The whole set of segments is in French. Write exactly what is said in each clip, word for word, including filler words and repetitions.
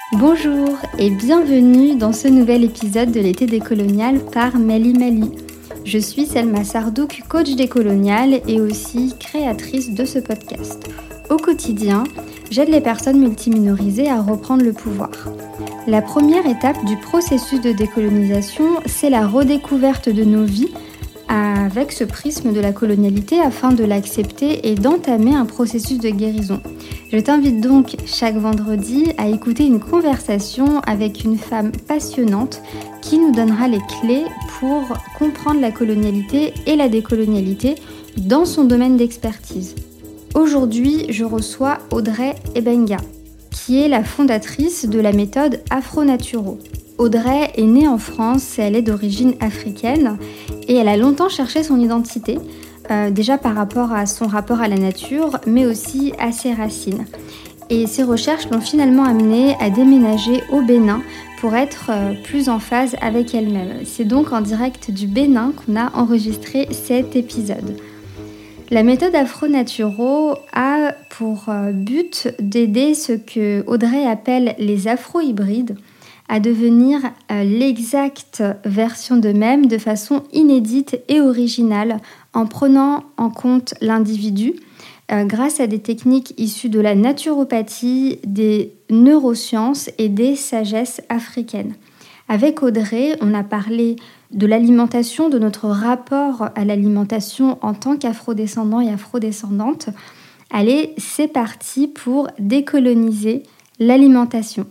Bonjour et bienvenue dans ce nouvel épisode de l'été décolonial par Meli Mali. Je suis Selma Sardouk, coach décolonial et aussi créatrice de ce podcast. Au quotidien, j'aide les personnes multiminorisées à reprendre le pouvoir. La première étape du processus de décolonisation, c'est la redécouverte de nos vies avec ce prisme de la colonialité afin de l'accepter et d'entamer un processus de guérison. Je t'invite donc chaque vendredi à écouter une conversation avec une femme passionnante qui nous donnera les clés pour comprendre la colonialité et la décolonialité dans son domaine d'expertise. Aujourd'hui, je reçois Audrey Ebenga, qui est la fondatrice de la méthode Afro-Naturo. Audrey est née en France, elle est d'origine africaine et elle a longtemps cherché son identité, euh, déjà par rapport à son rapport à la nature, mais aussi à ses racines. Et ses recherches l'ont finalement amenée à déménager au Bénin pour être euh, plus en phase avec elle-même. C'est donc en direct du Bénin qu'on a enregistré cet épisode. La méthode Afro-Naturo a pour euh, but d'aider ce que Audrey appelle les afro-hybrides à devenir euh, l'exacte version d'eux-mêmes de façon inédite et originale en prenant en compte l'individu euh, grâce à des techniques issues de la naturopathie, des neurosciences et des sagesses africaines. Avec Audrey, on a parlé de l'alimentation, de notre rapport à l'alimentation en tant qu'afrodescendants et afrodescendantes. Allez, c'est parti pour décoloniser l'alimentation.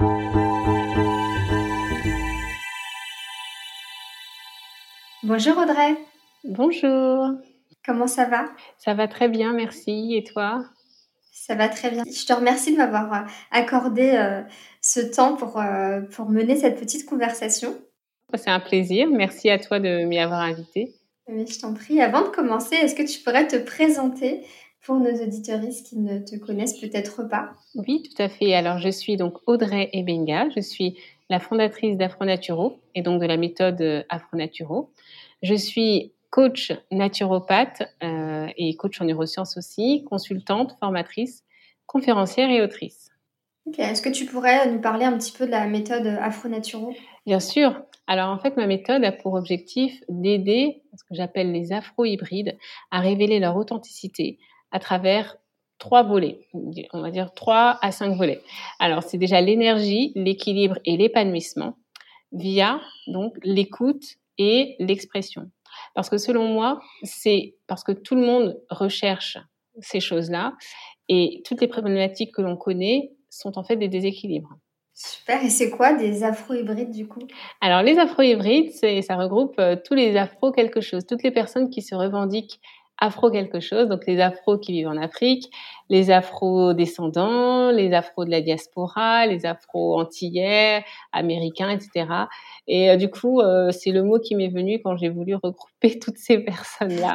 Bonjour Audrey. Bonjour. Comment ça va ? Ça va très bien, merci. Et toi ? Ça va très bien. Je te remercie de m'avoir accordé euh, ce temps pour, euh, pour mener cette petite conversation. C'est un plaisir. Merci à toi de m'y avoir invité. Mais je t'en prie. Avant de commencer, est-ce que tu pourrais te présenter pour nos auditeuristes qui ne te connaissent peut-être pas ? Oui, tout à fait. Alors, je suis donc Audrey Ebenga. Je suis la fondatrice d'Afro-Naturo et donc de la méthode Afro-Naturo. Je suis coach naturopathe euh, et coach en neurosciences aussi, consultante, formatrice, conférencière et autrice. Okay. Est-ce que tu pourrais nous parler un petit peu de la méthode Afro-Naturo ? Bien sûr. Alors, en fait, ma méthode a pour objectif d'aider ce que j'appelle les afro-hybrides à révéler leur authenticité à travers trois volets, on va dire trois à cinq volets. Alors, c'est déjà l'énergie, l'équilibre et l'épanouissement via donc l'écoute et l'expression. Parce que selon moi, c'est parce que tout le monde recherche ces choses-là et toutes les problématiques que l'on connaît sont en fait des déséquilibres. Super, et c'est quoi des afro-hybrides du coup ? Alors les afro-hybrides, c'est, ça regroupe euh, tous les afro quelque chose, toutes les personnes qui se revendiquent afro quelque chose, donc les afros qui vivent en Afrique, les afro-descendants, les afros de la diaspora, les afro-antillais, américains, et cetera. Et euh, du coup, euh, c'est le mot qui m'est venu quand j'ai voulu regrouper toutes ces personnes-là.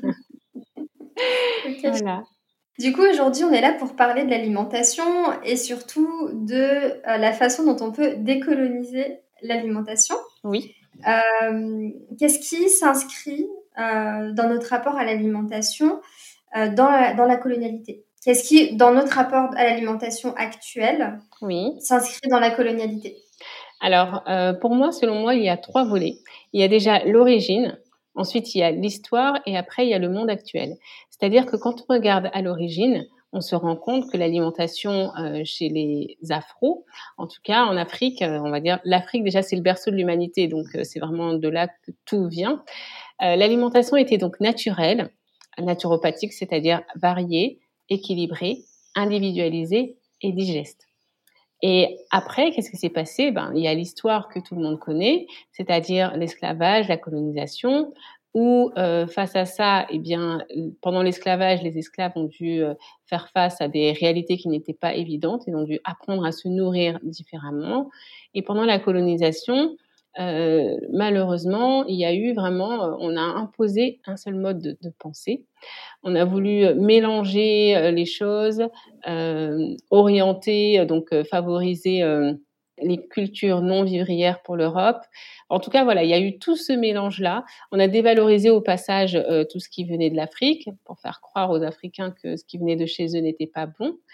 Okay. Voilà. Du coup, aujourd'hui, on est là pour parler de l'alimentation et surtout de euh, la façon dont on peut décoloniser l'alimentation. Oui. Euh, qu'est-ce qui s'inscrit euh, dans notre rapport à l'alimentation euh, dans, la, dans la colonialité ? Qu'est-ce qui, dans notre rapport à l'alimentation actuelle, oui. s'inscrit dans la colonialité ? Alors, euh, pour moi, selon moi, il y a trois volets. Il y a déjà l'origine, ensuite il y a l'histoire et après il y a le monde actuel. C'est-à-dire que quand on regarde à l'origine, on se rend compte que l'alimentation euh, chez les Afro, en tout cas en Afrique, euh, on va dire l'Afrique déjà c'est le berceau de l'humanité, donc euh, c'est vraiment de là que tout vient. Euh, l'alimentation était donc naturelle, naturopathique, c'est-à-dire variée, équilibrée, individualisée et digeste. Et après, qu'est-ce qui s'est passé ? Ben, il y a l'histoire que tout le monde connaît, c'est-à-dire l'esclavage, la colonisation, où euh, face à ça, eh bien, pendant l'esclavage, les esclaves ont dû euh, faire face à des réalités qui n'étaient pas évidentes et ont dû apprendre à se nourrir différemment. Et pendant la colonisation, euh, malheureusement, il y a eu vraiment, on a imposé un seul mode de, de pensée. On a voulu mélanger les choses, euh, orienter, donc euh, favoriser euh, les cultures non vivrières pour l'Europe. En tout cas, voilà, il y a eu tout ce mélange-là. On a dévalorisé au passage euh, tout ce qui venait de l'Afrique pour faire croire aux Africains que ce qui venait de chez eux n'était pas bon.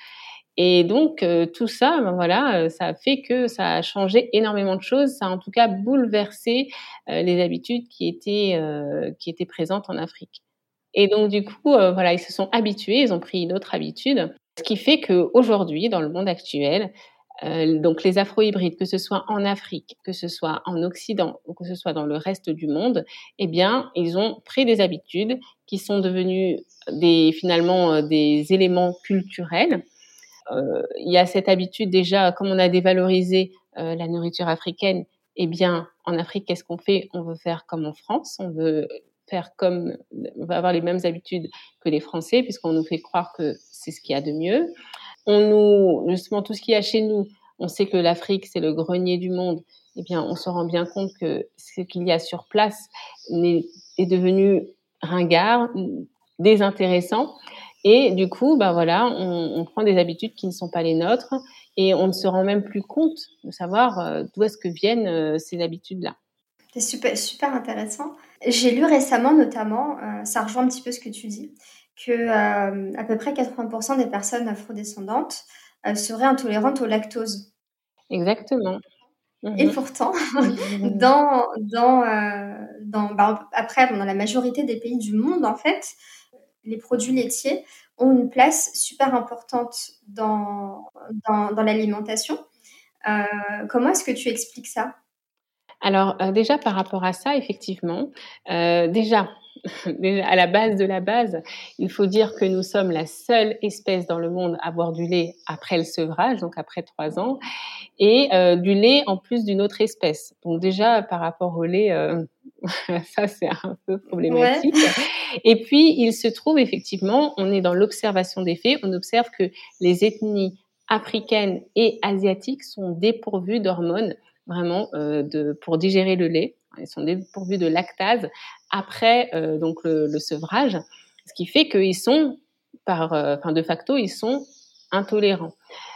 Et donc euh, tout ça, ben voilà, euh, ça a fait que ça a changé énormément de choses. Ça a en tout cas bouleversé euh, les habitudes qui étaient euh, qui étaient présentes en Afrique. Et donc du coup, euh, voilà, ils se sont habitués, ils ont pris une autre habitude, ce qui fait qu'aujourd'hui, dans le monde actuel, euh, donc les afro-hybrides, que ce soit en Afrique, que ce soit en Occident ou que ce soit dans le reste du monde, eh bien, ils ont pris des habitudes qui sont devenues des finalement euh, des éléments culturels. Euh, il y a cette habitude déjà, comme on a dévalorisé euh, la nourriture africaine, eh bien, en Afrique, qu'est-ce qu'on fait? On veut faire comme en France, on veut faire comme, on va avoir les mêmes habitudes que les Français, puisqu'on nous fait croire que c'est ce qu'il y a de mieux. On nous, justement, tout ce qu'il y a chez nous, on sait que l'Afrique, c'est le grenier du monde. Eh bien, on se rend bien compte que ce qu'il y a sur place est, est devenu ringard, désintéressant. Et du coup, bah voilà, on, on prend des habitudes qui ne sont pas les nôtres et on ne se rend même plus compte de savoir euh, d'où est-ce que viennent euh, ces habitudes-là. C'est super, super intéressant. J'ai lu récemment, notamment, euh, ça rejoint un petit peu ce que tu dis, que euh, à peu près quatre-vingts pour cent des personnes afrodescendantes euh, seraient intolérantes au lactose. Exactement. Et Mhm. pourtant, dans, dans, euh, dans, bah, après, dans la majorité des pays du monde, en fait, les produits laitiers ont une place super importante dans, dans, dans l'alimentation. Euh, comment est-ce que tu expliques ça? Alors euh, déjà par rapport à ça, effectivement, euh, déjà, déjà à la base de la base, il faut dire que nous sommes la seule espèce dans le monde à boire du lait après le sevrage, donc après trois ans, et euh, du lait en plus d'une autre espèce. Donc déjà par rapport au lait, euh, ça c'est un peu Ouais. problématique. Et puis il se trouve effectivement, on est dans l'observation des faits, on observe que les ethnies africaines et asiatiques sont dépourvues d'hormones vraiment euh, de, pour digérer le lait. Ils sont dépourvus de lactase après euh, donc le, le sevrage, ce qui fait qu'ils sont, par, euh, enfin de facto, ils sont intolérants.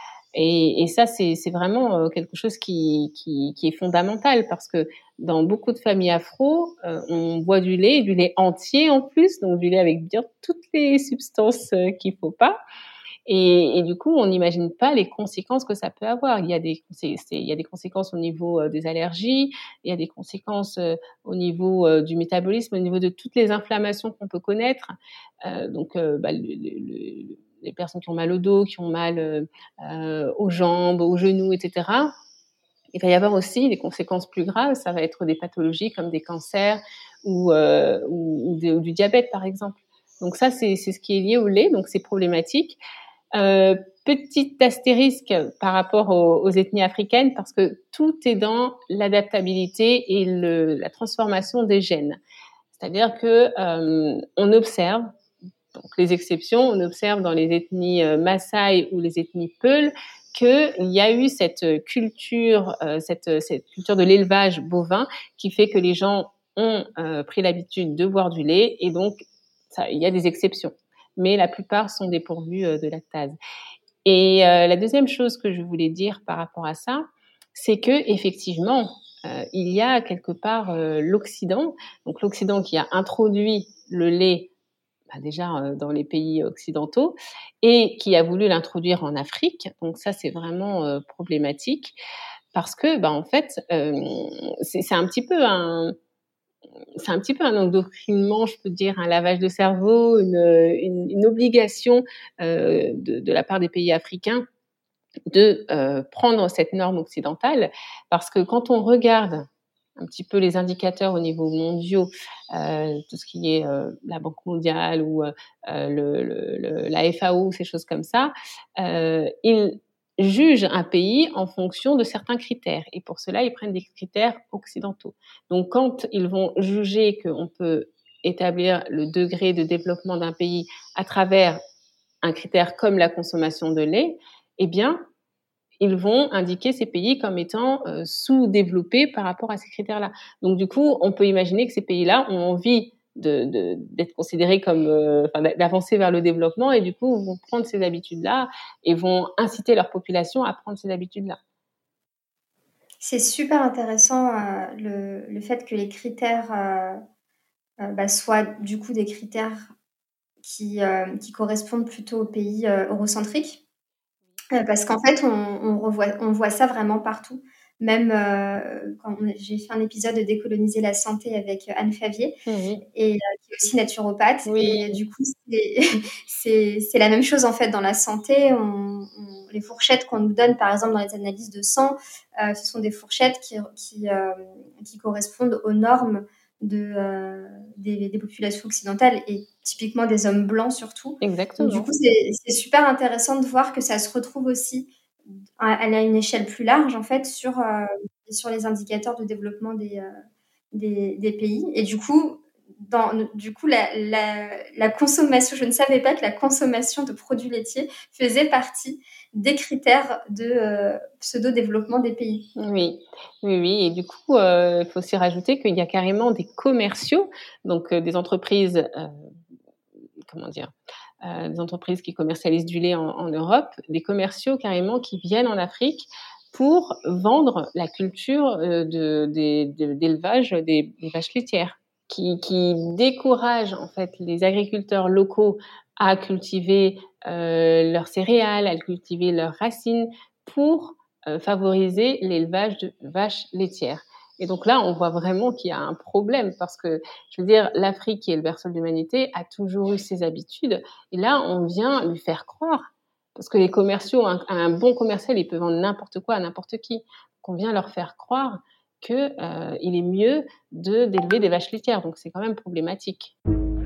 Et, et ça, c'est, c'est vraiment euh, quelque chose qui, qui, qui est fondamental parce que dans beaucoup de familles afro, euh, on boit du lait, du lait entier en plus, donc du lait avec bien toutes les substances euh, qu'il faut pas. Et, et du coup, on n'imagine pas les conséquences que ça peut avoir. Il y a des, c'est, c'est, il y a des conséquences au niveau euh, des allergies, il y a des conséquences euh, au niveau euh, du métabolisme, au niveau de toutes les inflammations qu'on peut connaître. Euh, donc, euh, bah, le, le, le, les personnes qui ont mal au dos, qui ont mal euh, euh, aux jambes, aux genoux, et cetera. Il va y avoir aussi des conséquences plus graves. Ça va être des pathologies comme des cancers ou, euh, ou, ou, de, ou du diabète, par exemple. Donc ça, c'est, c'est ce qui est lié au lait, donc c'est problématique. Euh, petit astérisque par rapport aux, aux ethnies africaines parce que tout est dans l'adaptabilité et le, la transformation des gènes. C'est-à-dire que euh, on observe, donc les exceptions, on observe dans les ethnies euh, Maasai ou les ethnies Peul qu'il y a eu cette culture, euh, cette, cette culture de l'élevage bovin qui fait que les gens ont euh, pris l'habitude de boire du lait et donc ça, il y a des exceptions. Mais la plupart sont dépourvus euh, de lactase. Et euh, la deuxième chose que je voulais dire par rapport à ça, c'est que effectivement, euh, il y a quelque part euh, l'Occident, donc l'Occident qui a introduit le lait bah, déjà euh, dans les pays occidentaux et qui a voulu l'introduire en Afrique. Donc ça, c'est vraiment euh, problématique parce que, bah, en fait, euh, c'est, c'est un petit peu un c'est un petit peu un endoctrinement, je peux dire, un lavage de cerveau, une, une, une obligation euh, de, de la part des pays africains de euh, prendre cette norme occidentale, parce que quand on regarde un petit peu les indicateurs au niveau mondial, euh, tout ce qui est euh, la Banque mondiale ou euh, le, le, le, la F A O, ces choses comme ça, euh, ils jugent un pays en fonction de certains critères. Et pour cela, ils prennent des critères occidentaux. Donc, quand ils vont juger qu'on peut établir le degré de développement d'un pays à travers un critère comme la consommation de lait, eh bien, ils vont indiquer ces pays comme étant euh, sous-développés par rapport à ces critères-là. Donc, du coup, on peut imaginer que ces pays-là ont envie de, de, d'être considérés comme, euh, enfin, d'avancer vers le développement et du coup, vont prendre ces habitudes-là et vont inciter leur population à prendre ces habitudes-là. C'est super intéressant euh, le, le fait que les critères euh, euh, bah, soient du coup des critères qui, euh, qui correspondent plutôt aux pays euh, eurocentriques. Euh, parce qu'en fait, on, on, revoit, on voit ça vraiment partout. Même euh, quand on- j'ai fait un épisode de Décoloniser la santé avec Anne Favier, Oui, et, euh, qui est aussi naturopathe. oui, Et du coup, c'est, c'est, c'est la même chose en fait dans la santé. On, on- les fourchettes qu'on nous donne, par exemple, dans les analyses de sang, euh, ce sont des fourchettes qui, qui, euh, qui correspondent aux normes de, euh, des, des populations occidentales et typiquement des hommes blancs surtout. Donc du coup, exactement. c'est, c'est super intéressant de voir que ça se retrouve aussi à, à une échelle plus large en fait sur, euh, sur les indicateurs de développement des, euh, des, des pays. Et du coup, dans, du coup la, la, la consommation, je ne savais pas que la consommation de produits laitiers faisait partie des critères de euh, pseudo-développement des pays. Oui, oui, oui. Et du coup, euh, il faut aussi rajouter qu'il y a carrément des commerciaux, donc euh, des entreprises, euh, comment dire, euh, des entreprises qui commercialisent du lait en, en Europe, des commerciaux carrément qui viennent en Afrique pour vendre la culture euh, de, des- de- d'élevage des, des vaches laitières, qui, qui décourage en fait les agriculteurs locaux à cultiver euh, leurs céréales, à cultiver leurs racines pour euh, favoriser l'élevage de vaches laitières. Et donc là, on voit vraiment qu'il y a un problème parce que, je veux dire, l'Afrique, qui est le berceau de l'humanité, a toujours eu ses habitudes. Et là, on vient lui faire croire, parce que les commerciaux, un, un bon commercial, il peut vendre n'importe quoi à n'importe qui. Donc on vient leur faire croire que euh, il est mieux de d'élever des vaches laitières. Donc c'est quand même problématique.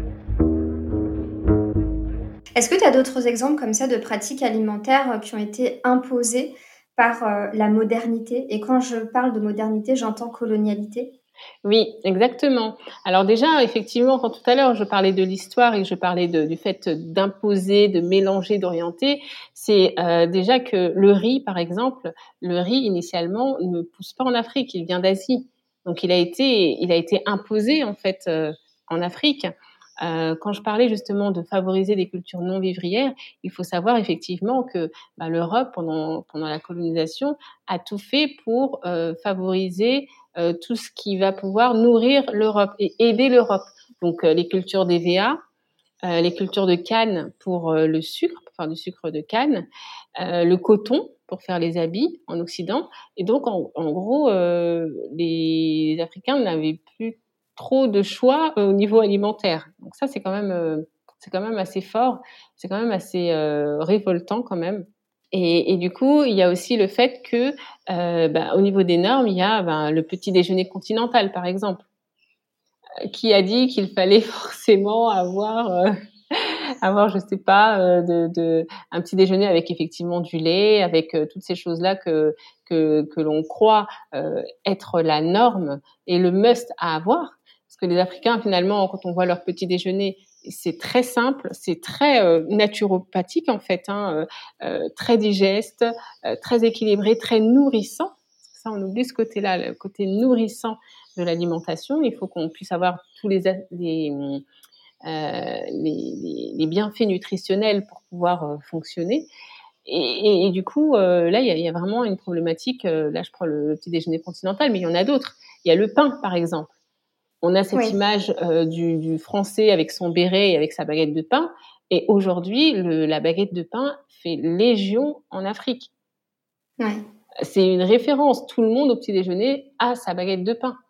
Est-ce que tu as d'autres exemples comme ça de pratiques alimentaires qui ont été imposées par euh, la modernité? Et quand je parle de modernité, j'entends colonialité. Oui, exactement. Alors déjà, effectivement, quand tout à l'heure je parlais de l'histoire et que je parlais de, du fait d'imposer, de mélanger, d'orienter, c'est euh, déjà que le riz, par exemple, le riz initialement ne pousse pas en Afrique, il vient d'Asie. Donc il a été, il a été imposé en fait euh, en Afrique. Euh, quand je parlais justement de favoriser des cultures non vivrières, il faut savoir effectivement que bah, l'Europe, pendant, pendant la colonisation, a tout fait pour euh, favoriser euh, tout ce qui va pouvoir nourrir l'Europe et aider l'Europe. Donc euh, les cultures d'E V A, euh, les cultures de canne pour euh, le sucre, pour faire du sucre de canne, euh, le coton pour faire les habits en Occident. Et donc en, en gros, euh, les Africains n'avaient plus trop de choix euh, au niveau alimentaire. Donc ça, c'est quand même, euh, c'est quand même assez fort, c'est quand même assez euh, révoltant quand même. Et, et du coup, il y a aussi le fait que, euh, bah, au niveau des normes, il y a bah, le petit déjeuner continental, par exemple, qui a dit qu'il fallait forcément avoir, euh, avoir, je sais pas, euh, de, de, un petit déjeuner avec effectivement du lait, avec euh, toutes ces choses-là que que, que l'on croit euh, être la norme et le must à avoir. Parce que les Africains, finalement, quand on voit leur petit déjeuner, c'est très simple, c'est très euh, naturopathique en fait, hein, euh, euh, très digeste, euh, très équilibré, très nourrissant. Ça, on oublie ce côté-là, le côté nourrissant de l'alimentation. Il faut qu'on puisse avoir tous les, les, euh, les, les, les bienfaits nutritionnels pour pouvoir euh, fonctionner. Et, et, et, du coup, euh, là, il y a, y a vraiment une problématique. Euh, là, je prends le, le petit déjeuner continental, mais il y en a d'autres. Il y a le pain, par exemple. On a cette Oui. image euh, du, du Français avec son béret et avec sa baguette de pain. Et aujourd'hui, le, la baguette de pain fait légion en Afrique. Ouais. C'est une référence. Tout le monde au petit déjeuner a sa baguette de pain.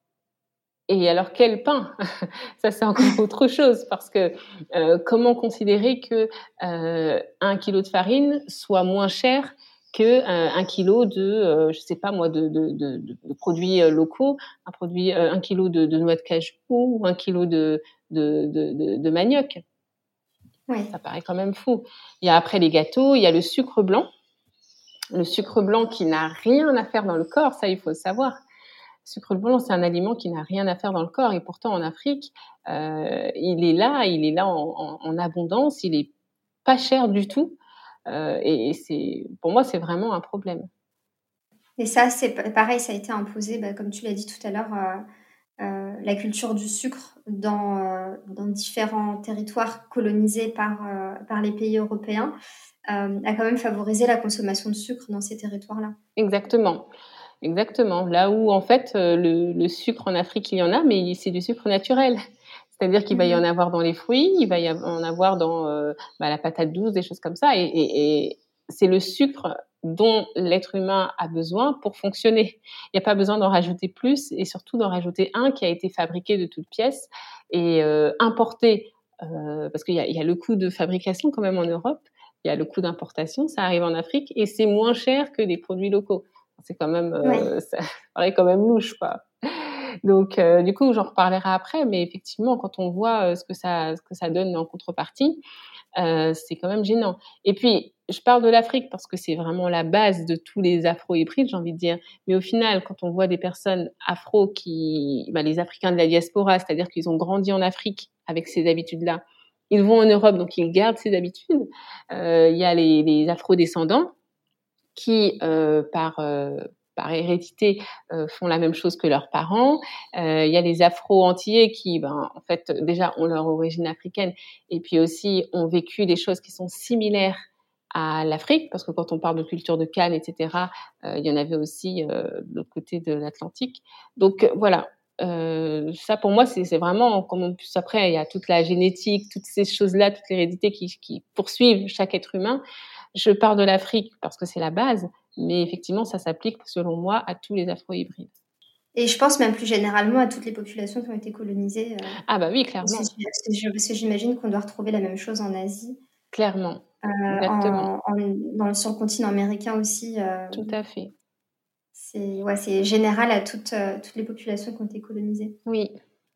Et alors quel pain? Ça c'est encore autre chose parce que euh, comment considérer que euh, un kilo de farine soit moins cher que euh, un kilo de euh, je sais pas moi de, de, de, de produits locaux, un produit euh, un kilo de, de noix de cajou ou un kilo de de, de, de, de manioc. Ouais. Ça paraît quand même fou. Il y a après les gâteaux, il y a le sucre blanc, le sucre blanc qui n'a rien à faire dans le corps, ça il faut le savoir. Le sucre blanc, c'est un aliment qui n'a rien à faire dans le corps et pourtant en Afrique, euh, il est là, il est là en, en, en abondance, il est pas cher du tout euh, et, et c'est, pour moi, c'est vraiment un problème. Et ça, c'est pareil, ça a été imposé, bah, comme tu l'as dit tout à l'heure, euh, euh, la culture du sucre dans, euh, dans différents territoires colonisés par, euh, par les pays européens euh, a quand même favorisé la consommation de sucre dans ces territoires-là. Exactement. Exactement. Là où, en fait, euh, le, le sucre en Afrique, il y en a, mais c'est du sucre naturel. C'est-à-dire qu'il va y en Mhm. avoir dans les fruits, il va y en avoir dans euh, bah, la patate douce, des choses comme ça. Et, et, et c'est le sucre dont l'être humain a besoin pour fonctionner. Il n'y a pas besoin d'en rajouter plus et surtout d'en rajouter un qui a été fabriqué de toutes pièces et euh, importé, euh, parce qu'il y a, il y a le coût de fabrication quand même en Europe, il y a le coût d'importation, ça arrive en Afrique et c'est moins cher que des produits locaux. C'est quand même, euh, Ouais. ça paraît quand même louche, quoi. Donc, euh, du coup, j'en reparlerai après, mais effectivement, quand on voit euh, ce que ça, ce que ça donne en contrepartie, euh, c'est quand même gênant. Et puis, je parle de l'Afrique parce que c'est vraiment la base de tous les afro-hybrides, j'ai envie de dire. Mais au final, quand on voit des personnes afro qui, bah, les Africains de la diaspora, c'est-à-dire qu'ils ont grandi en Afrique avec ces habitudes-là, ils vont en Europe, donc ils gardent ces habitudes. Euh, Il y a les, les afro-descendants qui, euh, par euh, par hérédité, euh, font la même chose que leurs parents. Euh, il y a les Afro-Antillais qui, ben, en fait, déjà ont leur origine africaine et puis aussi ont vécu des choses qui sont similaires à l'Afrique, parce que quand on parle de culture de canne, et cetera, euh, il y en avait aussi euh, de l'autre côté de l'Atlantique. Donc voilà, euh, ça pour moi c'est, c'est vraiment, comme on, plus après il y a toute la génétique, toutes ces choses-là, toute l'hérédité qui, qui poursuivent chaque être humain. Je parle de l'Afrique parce que c'est la base, mais effectivement, ça s'applique, selon moi, à tous les afro-hybrides. Et je pense même plus généralement à toutes les populations qui ont été colonisées. Euh, ah bah oui, parce, clairement. que, parce que j'imagine qu'on doit retrouver la même chose en Asie. Clairement, euh, exactement. En, en, dans, sur le continent américain aussi. Euh, Tout à fait. C'est, ouais, c'est général à toutes, euh, toutes les populations qui ont été colonisées. Oui.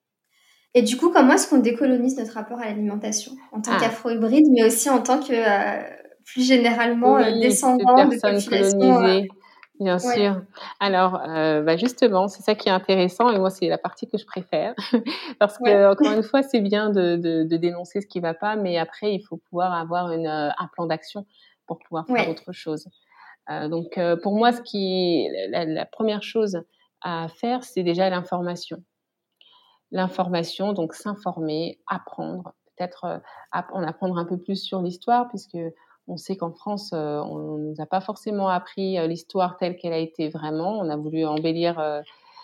Et du coup, comment est-ce qu'on décolonise notre rapport à l'alimentation en tant ah. qu'afro-hybride, mais aussi en tant que, euh, plus généralement, oui, euh, descendant de, de populations colonisées. Euh, Bien ouais. sûr. Alors, euh, bah justement, c'est ça qui est intéressant et moi, c'est la partie que je préfère parce que, ouais. Encore une fois, c'est bien de, de, de dénoncer ce qui va pas, mais après, il faut pouvoir avoir une, un plan d'action pour pouvoir faire ouais. autre chose. Euh, donc, euh, pour moi, ce qui, la, la première chose à faire, c'est déjà l'information. L'information, donc s'informer, apprendre, peut-être euh, en apprendre un peu plus sur l'histoire, puisque on sait qu'en France, euh, on nous a pas forcément appris euh, l'histoire telle qu'elle a été vraiment. On a voulu embellir, euh,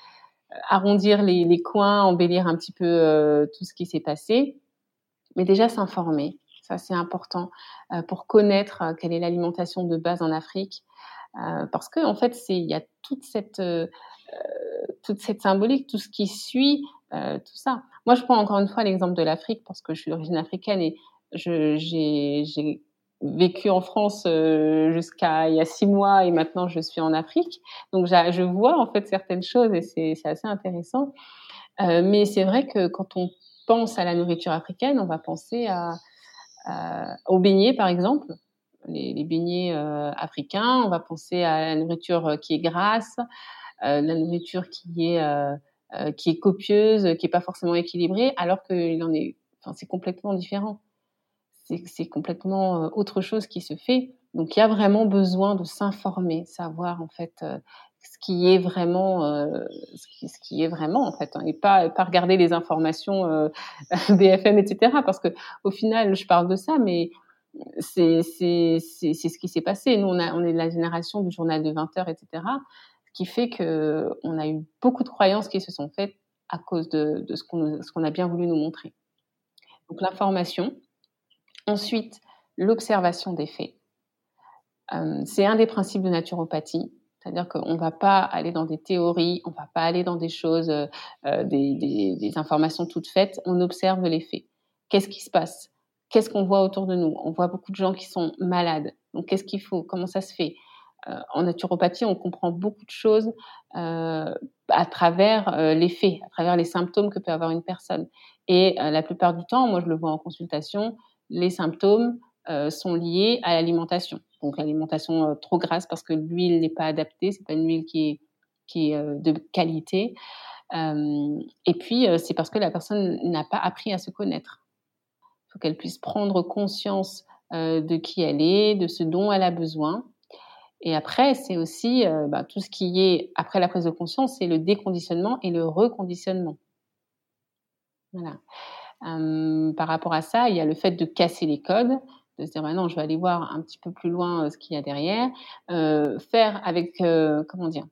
arrondir les, les coins, embellir un petit peu euh, tout ce qui s'est passé. Mais déjà s'informer, ça c'est important euh, pour connaître euh, quelle est l'alimentation de base en Afrique, euh, parce que en fait, c'est il y a toute cette euh, toute cette symbolique, tout ce qui suit, euh, tout ça. Moi, je prends encore une fois l'exemple de l'Afrique parce que je suis d'origine africaine et je, j'ai, j'ai vécu en France euh, jusqu'à il y a six mois et maintenant je suis en Afrique. Donc, je vois en fait certaines choses et c'est, c'est assez intéressant. Euh, mais c'est vrai que quand on pense à la nourriture africaine, on va penser à, à, aux beignets, par exemple. Les, les beignets euh, africains, on va penser à la nourriture qui est grasse, euh, la nourriture qui est euh, euh, qui est copieuse, qui est pas forcément équilibrée, alors qu'il en est, enfin c'est complètement différent. C'est, c'est complètement euh, autre chose qui se fait. Donc il y a vraiment besoin de s'informer, savoir en fait euh, ce qui est vraiment, euh, ce, qui, ce qui est vraiment en fait, hein, et pas pas regarder les informations euh, B F M et cetera. Parce que au final, je parle de ça, mais c'est c'est c'est, c'est ce qui s'est passé. Nous on a on est de la génération du journal de vingt heures, et cetera. Qui fait que on a eu beaucoup de croyances qui se sont faites à cause de, de ce, qu'on, ce qu'on a bien voulu nous montrer. Donc l'information. Ensuite, l'observation des faits. Euh, c'est un des principes de naturopathie, c'est-à-dire qu'on ne va pas aller dans des théories, on ne va pas aller dans des choses, euh, des, des, des informations toutes faites, on observe les faits. Qu'est-ce qui se passe ? Qu'est-ce qu'on voit autour de nous ? On voit beaucoup de gens qui sont malades. Donc qu'est-ce qu'il faut ? Comment ça se fait ? Euh, en naturopathie, on comprend beaucoup de choses euh, à travers euh, les faits, à travers les symptômes que peut avoir une personne. Et euh, la plupart du temps, moi je le vois en consultation, les symptômes euh, sont liés à l'alimentation. Donc l'alimentation euh, trop grasse parce que l'huile n'est pas adaptée, c'est pas une huile qui est, qui est euh, de qualité. Euh, et puis euh, c'est parce que la personne n'a pas appris à se connaître. Il faut qu'elle puisse prendre conscience euh, de qui elle est, de ce dont elle a besoin. Et après, c'est aussi euh, bah, tout ce qui est, après la prise de conscience, c'est le déconditionnement et le reconditionnement. Voilà. Euh, par rapport à ça, il y a le fait de casser les codes, de se dire, bah non, je vais aller voir un petit peu plus loin euh, ce qu'il y a derrière. Euh, faire avec, euh, comment dire,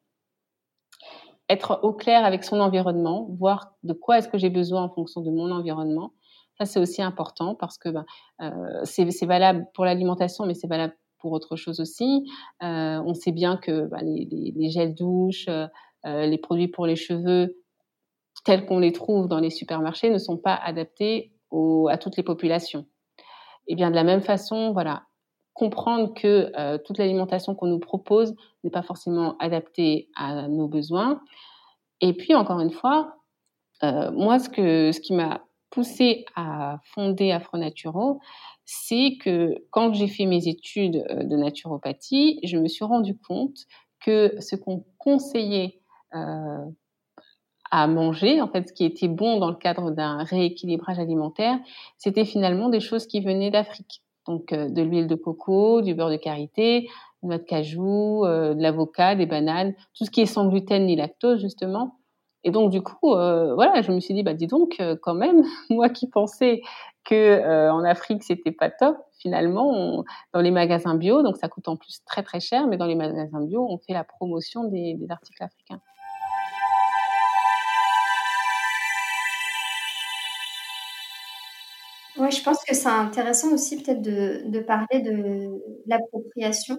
être au clair avec son environnement, voir de quoi est-ce que j'ai besoin en fonction de mon environnement. Ça, c'est aussi important parce que bah, euh, c'est, c'est valable pour l'alimentation, mais c'est valable pour autre chose aussi. Euh, on sait bien que bah, les, les, les gels douche, euh, les produits pour les cheveux, tels qu'on les trouve dans les supermarchés, ne sont pas adaptés au, à toutes les populations. Et bien de la même façon, voilà, comprendre que euh, toute l'alimentation qu'on nous propose n'est pas forcément adaptée à nos besoins. Et puis encore une fois, euh, moi ce que ce qui m'a poussée à fonder Afronaturo, c'est que quand j'ai fait mes études de naturopathie, je me suis rendu compte que ce qu'on conseillait euh, à manger, en fait, ce qui était bon dans le cadre d'un rééquilibrage alimentaire, c'était finalement des choses qui venaient d'Afrique. Donc, euh, de l'huile de coco, du beurre de karité, de noix de cajou, euh, de l'avocat, des bananes, tout ce qui est sans gluten ni lactose, justement. Et donc, du coup, euh, voilà, je me suis dit, bah, dis donc, euh, quand même, moi qui pensais que euh, en Afrique, c'était pas top, finalement, on, dans les magasins bio, donc ça coûte en plus très, très cher, mais dans les magasins bio, on fait la promotion des, des articles africains. Ouais, je pense que c'est intéressant aussi peut-être de, de parler de l'appropriation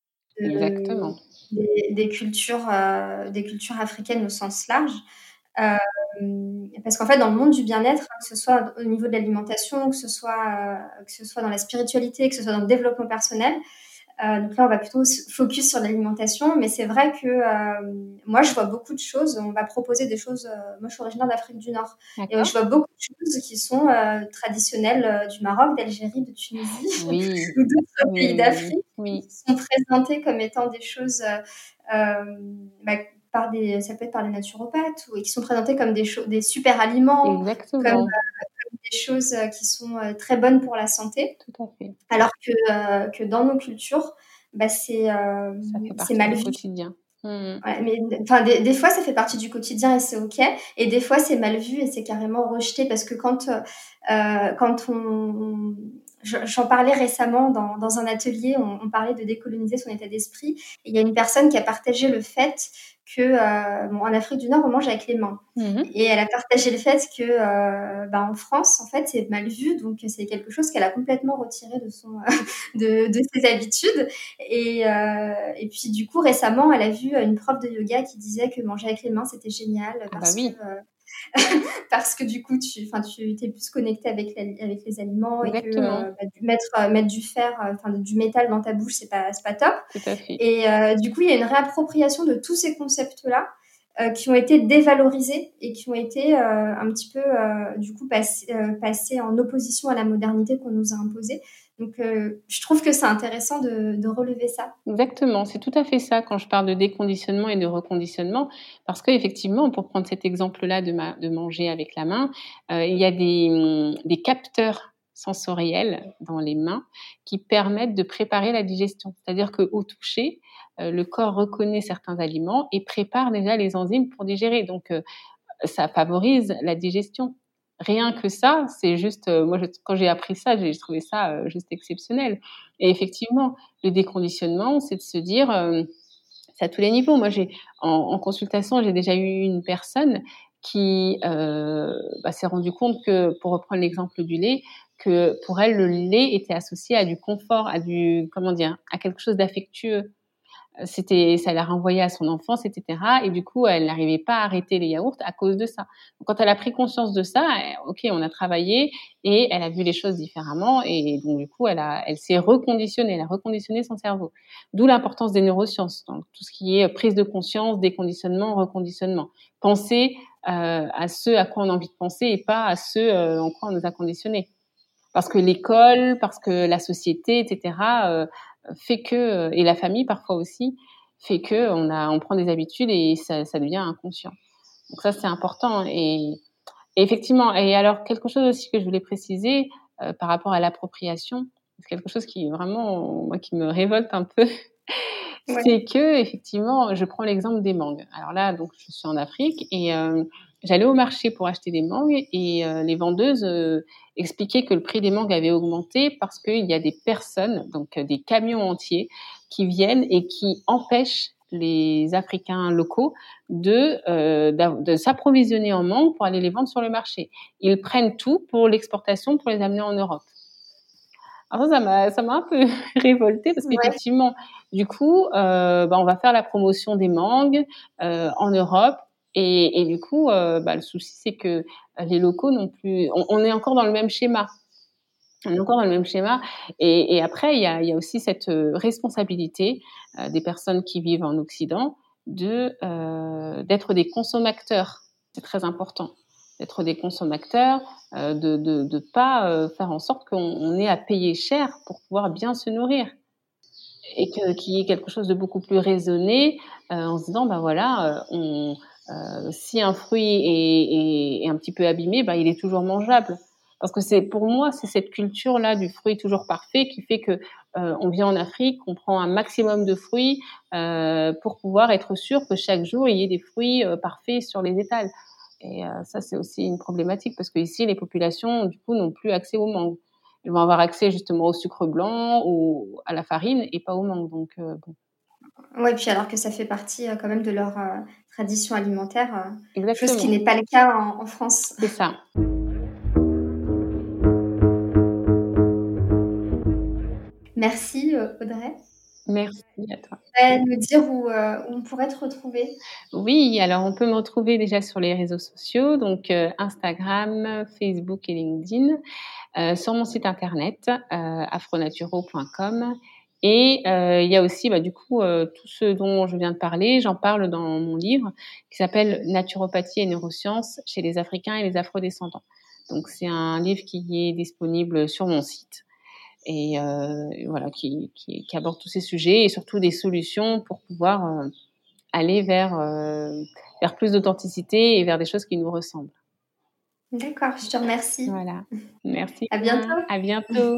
de, Exactement. des, des cultures, euh, des cultures africaines au sens large. Euh, parce qu'en fait, dans le monde du bien-être, hein, que ce soit au niveau de l'alimentation, que ce soit, euh, que ce soit dans la spiritualité, que ce soit dans le développement personnel, Euh, donc là, on va plutôt se focus sur l'alimentation, mais c'est vrai que euh, moi, je vois beaucoup de choses. On va proposer des choses. Euh, moi, je suis originaire d'Afrique du Nord, et euh, je vois beaucoup de choses qui sont euh, traditionnelles euh, du Maroc, d'Algérie, de Tunisie Oui, ou d'autres oui, pays oui, oui, d'Afrique oui. qui sont présentées comme étant des choses euh, euh, bah, par des, ça peut être par des naturopathes, ou et qui sont présentées comme des, cho- des super aliments, comme Exactement, des choses euh, qui sont euh, très bonnes pour la santé. tout à fait. Alors que, euh, que dans nos cultures, bah, c'est euh, Ça fait c'est partie mal du vu. quotidien. Mmh. Ouais, mais enfin, des, des fois, ça fait partie du quotidien et c'est OK. Et des fois, c'est mal vu et c'est carrément rejeté parce que quand, euh, quand on. J'en parlais récemment dans, dans un atelier, on, on parlait de décoloniser son état d'esprit. Et il y a une personne qui a partagé le fait que, euh, bon, en Afrique du Nord, on mange avec les mains. Mmh. Et elle a partagé le fait que, euh, bah, en France, en fait, c'est mal vu. Donc, c'est quelque chose qu'elle a complètement retiré de, son, de, de ses habitudes. Et, euh, et puis, du coup, récemment, elle a vu une prof de yoga qui disait que manger avec les mains, c'était génial Ah bah parce que, oui, euh, parce que du coup, tu, enfin, tu étais plus connecté avec, la, avec les aliments et que exactement, euh, bah, mettre, euh, mettre du fer, euh, enfin, du métal dans ta bouche, c'est pas, c'est pas top. tout à fait. Et euh, du coup, il y a une réappropriation de tous ces concepts-là euh, qui ont été dévalorisés et qui ont été euh, un petit peu, euh, du coup, pass- euh, passés en opposition à la modernité qu'on nous a imposée. Donc, euh, je trouve que c'est intéressant de, de relever ça. Exactement, c'est tout à fait ça quand je parle de déconditionnement et de reconditionnement, parce qu'effectivement, pour prendre cet exemple-là de, ma, de manger avec la main, euh, il y a des, hum, des capteurs sensoriels dans les mains qui permettent de préparer la digestion. C'est-à-dire qu'au toucher, euh, le corps reconnaît certains aliments et prépare déjà les enzymes pour digérer. Donc, euh, ça favorise la digestion. Rien que ça, c'est juste, euh, moi, je, quand j'ai appris ça, j'ai trouvé ça euh, juste exceptionnel. Et effectivement, le déconditionnement, c'est de se dire, euh, c'est à tous les niveaux. Moi, j'ai en, en consultation, j'ai déjà eu une personne qui euh, bah, s'est rendu compte que, pour reprendre l'exemple du lait, que pour elle, le lait était associé à du confort, à du, comment dire, à quelque chose d'affectueux. C'était, ça l'a renvoyée à son enfance, et cetera. Et du coup, elle n'arrivait pas à arrêter les yaourts à cause de ça. Donc, quand elle a pris conscience de ça, elle, ok, on a travaillé et elle a vu les choses différemment. Et donc, du coup, elle a, elle s'est reconditionnée, elle a reconditionné son cerveau. D'où l'importance des neurosciences, donc tout ce qui est prise de conscience, déconditionnement, reconditionnement. Penser euh, à ce à quoi on a envie de penser et pas à ce euh, en quoi on nous a conditionnés. Parce que l'école, parce que la société, et cetera, euh, fait que, et la famille parfois aussi, fait que on a, on prend des habitudes et ça, ça devient inconscient. Donc ça, c'est important. Et, et effectivement, et alors quelque chose aussi que je voulais préciser euh, par rapport à l'appropriation, c'est quelque chose qui vraiment, moi, qui me révolte un peu, Ouais. c'est que effectivement, je prends l'exemple des mangues. Alors là, donc je suis en Afrique et euh, j'allais au marché pour acheter des mangues et euh, les vendeuses euh, expliquaient que le prix des mangues avait augmenté parce qu'il y a des personnes, donc euh, des camions entiers, qui viennent et qui empêchent les Africains locaux de, euh, de s'approvisionner en mangues pour aller les vendre sur le marché. Ils prennent tout pour l'exportation, pour les amener en Europe. Alors ça, ça m'a, ça m'a un peu révoltée parce qu'effectivement, ouais. du coup, euh, bah, on va faire la promotion des mangues euh, en Europe et, et du coup, euh, bah, le souci c'est que les locaux non plus, on, on est encore dans le même schéma. On est encore dans le même schéma. Et, et après, il y a, il y a aussi cette responsabilité euh, des personnes qui vivent en Occident de euh, d'être des consommateurs. C'est très important d'être des consommateurs, euh, de de de pas euh, faire en sorte qu'on on ait à payer cher pour pouvoir bien se nourrir. Et que, qu'il y ait quelque chose de beaucoup plus raisonné euh, en se disant, ben voilà, euh, on, euh, si un fruit est, est, est un petit peu abîmé, ben il est toujours mangeable. Parce que c'est, pour moi, c'est cette culture-là du fruit toujours parfait qui fait que euh, on vient en Afrique, on prend un maximum de fruits euh, pour pouvoir être sûr que chaque jour il y ait des fruits euh, parfaits sur les étals. Et euh, ça, c'est aussi une problématique parce que ici, les populations, du coup, n'ont plus accès aux mangues. Ils vont avoir accès justement au sucre blanc ou à la farine et pas aux mangues. Donc euh, bon. Ouais, puis alors que ça fait partie euh, quand même de leur euh, tradition alimentaire, euh, Exactement. Chose qui n'est pas le cas en, en France. C'est ça. Merci euh, Audrey. Merci à toi. Tu vas nous dire où, euh, où on pourrait te retrouver? Oui, alors on peut me retrouver déjà sur les réseaux sociaux, donc euh, Instagram, Facebook et LinkedIn, euh, sur mon site internet euh, afronaturo point com. Et euh, il y a aussi, bah, du coup, euh, tout ce dont je viens de parler, j'en parle dans mon livre qui s'appelle Naturopathie et neurosciences chez les Africains et les Afrodescendants. Donc c'est un livre qui est disponible sur mon site. Et euh, voilà, qui, qui, qui aborde tous ces sujets et surtout des solutions pour pouvoir euh, aller vers, euh, vers plus d'authenticité et vers des choses qui nous ressemblent. D'accord, je te remercie. Voilà, merci. À bientôt. À bientôt.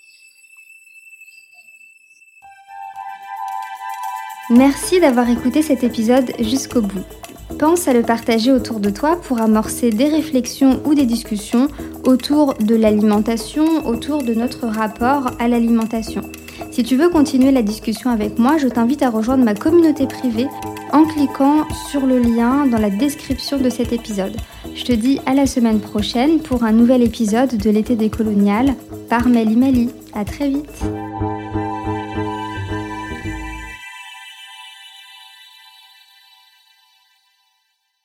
Merci d'avoir écouté cet épisode jusqu'au bout. Pense à le partager autour de toi pour amorcer des réflexions ou des discussions autour de l'alimentation, autour de notre rapport à l'alimentation. Si tu veux continuer la discussion avec moi, je t'invite à rejoindre ma communauté privée en cliquant sur le lien dans la description de cet épisode. Je te dis à la semaine prochaine pour un nouvel épisode de l'été décolonial par Mélie Mélie. À très vite.